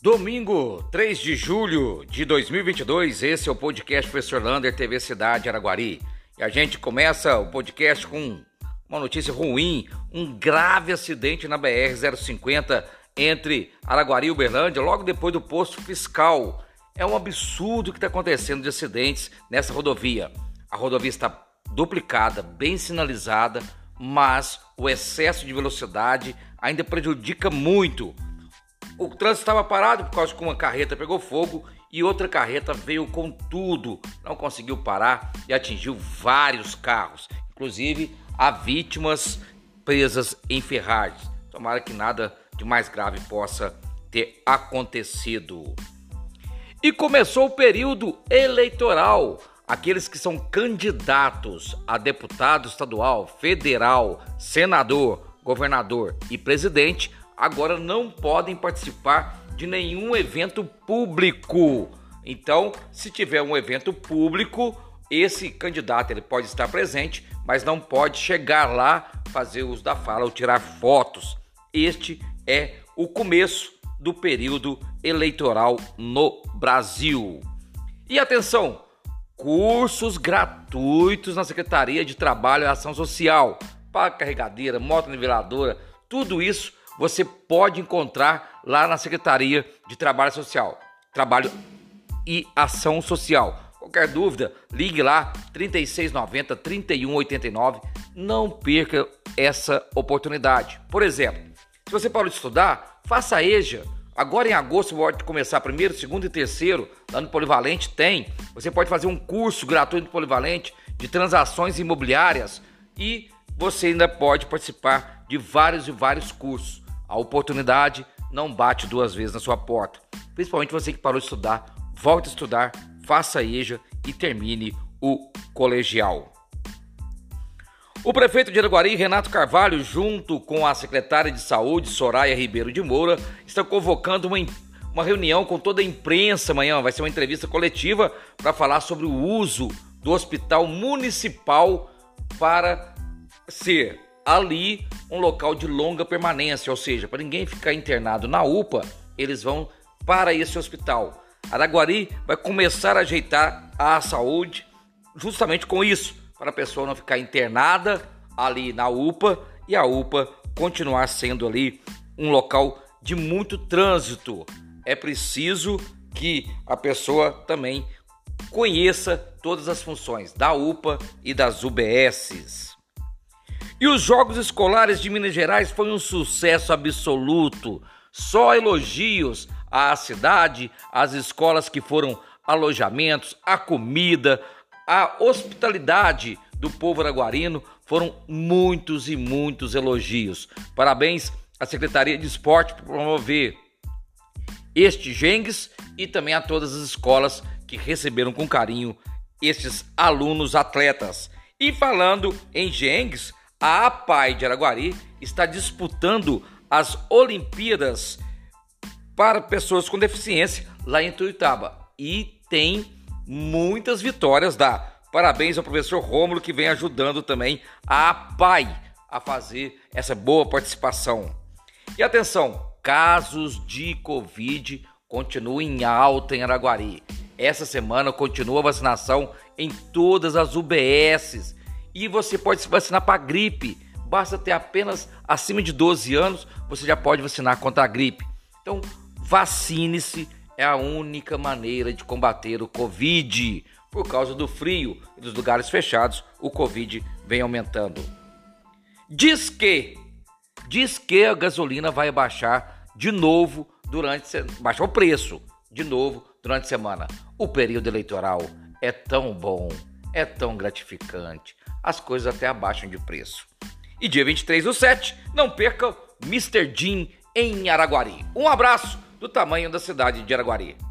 Domingo, 3 de julho de 2022, esse é o podcast Professor Lander, TV Cidade Araguari. E a gente começa o podcast com uma notícia ruim, um grave acidente na BR-050 entre Araguari e Uberlândia, logo depois do posto fiscal. É um absurdo o que está acontecendo de acidentes nessa rodovia. A rodovia está duplicada, bem sinalizada, mas o excesso de velocidade ainda prejudica muito. O trânsito estava parado por causa que uma carreta pegou fogo e outra carreta veio com tudo, não conseguiu parar e atingiu vários carros. Inclusive, há vítimas presas em ferragens. Tomara que nada de mais grave possa ter acontecido. E começou o período eleitoral. Aqueles que são candidatos a deputado estadual, federal, senador, governador e presidente agora não podem participar de nenhum evento público. Então, se tiver um evento público, esse candidato ele pode estar presente, mas não pode chegar lá, fazer uso da fala ou tirar fotos. Este é o começo do período eleitoral no Brasil. E atenção, cursos gratuitos na Secretaria de Trabalho e Ação Social, para carregadeira, motoniveladora, tudo isso você pode encontrar lá na Secretaria de Trabalho e Ação Social. Qualquer dúvida, ligue lá, 3690-3189. Não perca essa oportunidade. Por exemplo, se você parou de estudar, faça a EJA. Agora em agosto pode começar primeiro, segundo e terceiro, lá no Polivalente tem. Você pode fazer um curso gratuito no Polivalente de transações imobiliárias e você ainda pode participar de vários cursos. A oportunidade não bate duas vezes na sua porta. Principalmente você que parou de estudar, volte a estudar, faça a EJA e termine o colegial. O prefeito de Araguari, Renato Carvalho, junto com a secretária de Saúde, Soraya Ribeiro de Moura, está convocando uma reunião com toda a imprensa amanhã. Vai ser uma entrevista coletiva para falar sobre o uso do hospital municipal para ser ali um local de longa permanência, ou seja, para ninguém ficar internado na UPA, eles vão para esse hospital. Araguari vai começar a ajeitar a saúde justamente com isso, para a pessoa não ficar internada ali na UPA e a UPA continuar sendo ali um local de muito trânsito. É preciso que a pessoa também conheça todas as funções da UPA e das UBSs. E os Jogos Escolares de Minas Gerais foi um sucesso absoluto. Só elogios à cidade, às escolas que foram alojamentos, a comida, a hospitalidade do povo araguarino. Foram muitos e muitos elogios. Parabéns à Secretaria de Esporte por promover este Gengues e também a todas as escolas que receberam com carinho estes alunos atletas. E falando em Gengues, a APAI de Araguari está disputando as Olimpíadas para pessoas com deficiência lá em Tuiutaba e tem muitas vitórias da. Parabéns ao professor Rômulo que vem ajudando também a APAI a fazer essa boa participação. E atenção, casos de Covid continuam em alta em Araguari. Essa semana continua a vacinação em todas as UBSs. E você pode se vacinar para a gripe. Basta ter apenas acima de 12 anos, você já pode vacinar contra a gripe. Então, vacine-se, é a única maneira de combater o Covid. Por causa do frio e dos lugares fechados, o Covid vem aumentando. Diz que a gasolina vai baixar de novo baixar o preço de novo durante a semana. O período eleitoral é tão bom, é tão gratificante. As coisas até abaixam de preço. E dia 23/7, não perca o Mr. Jean em Araguari. Um abraço do tamanho da cidade de Araguari.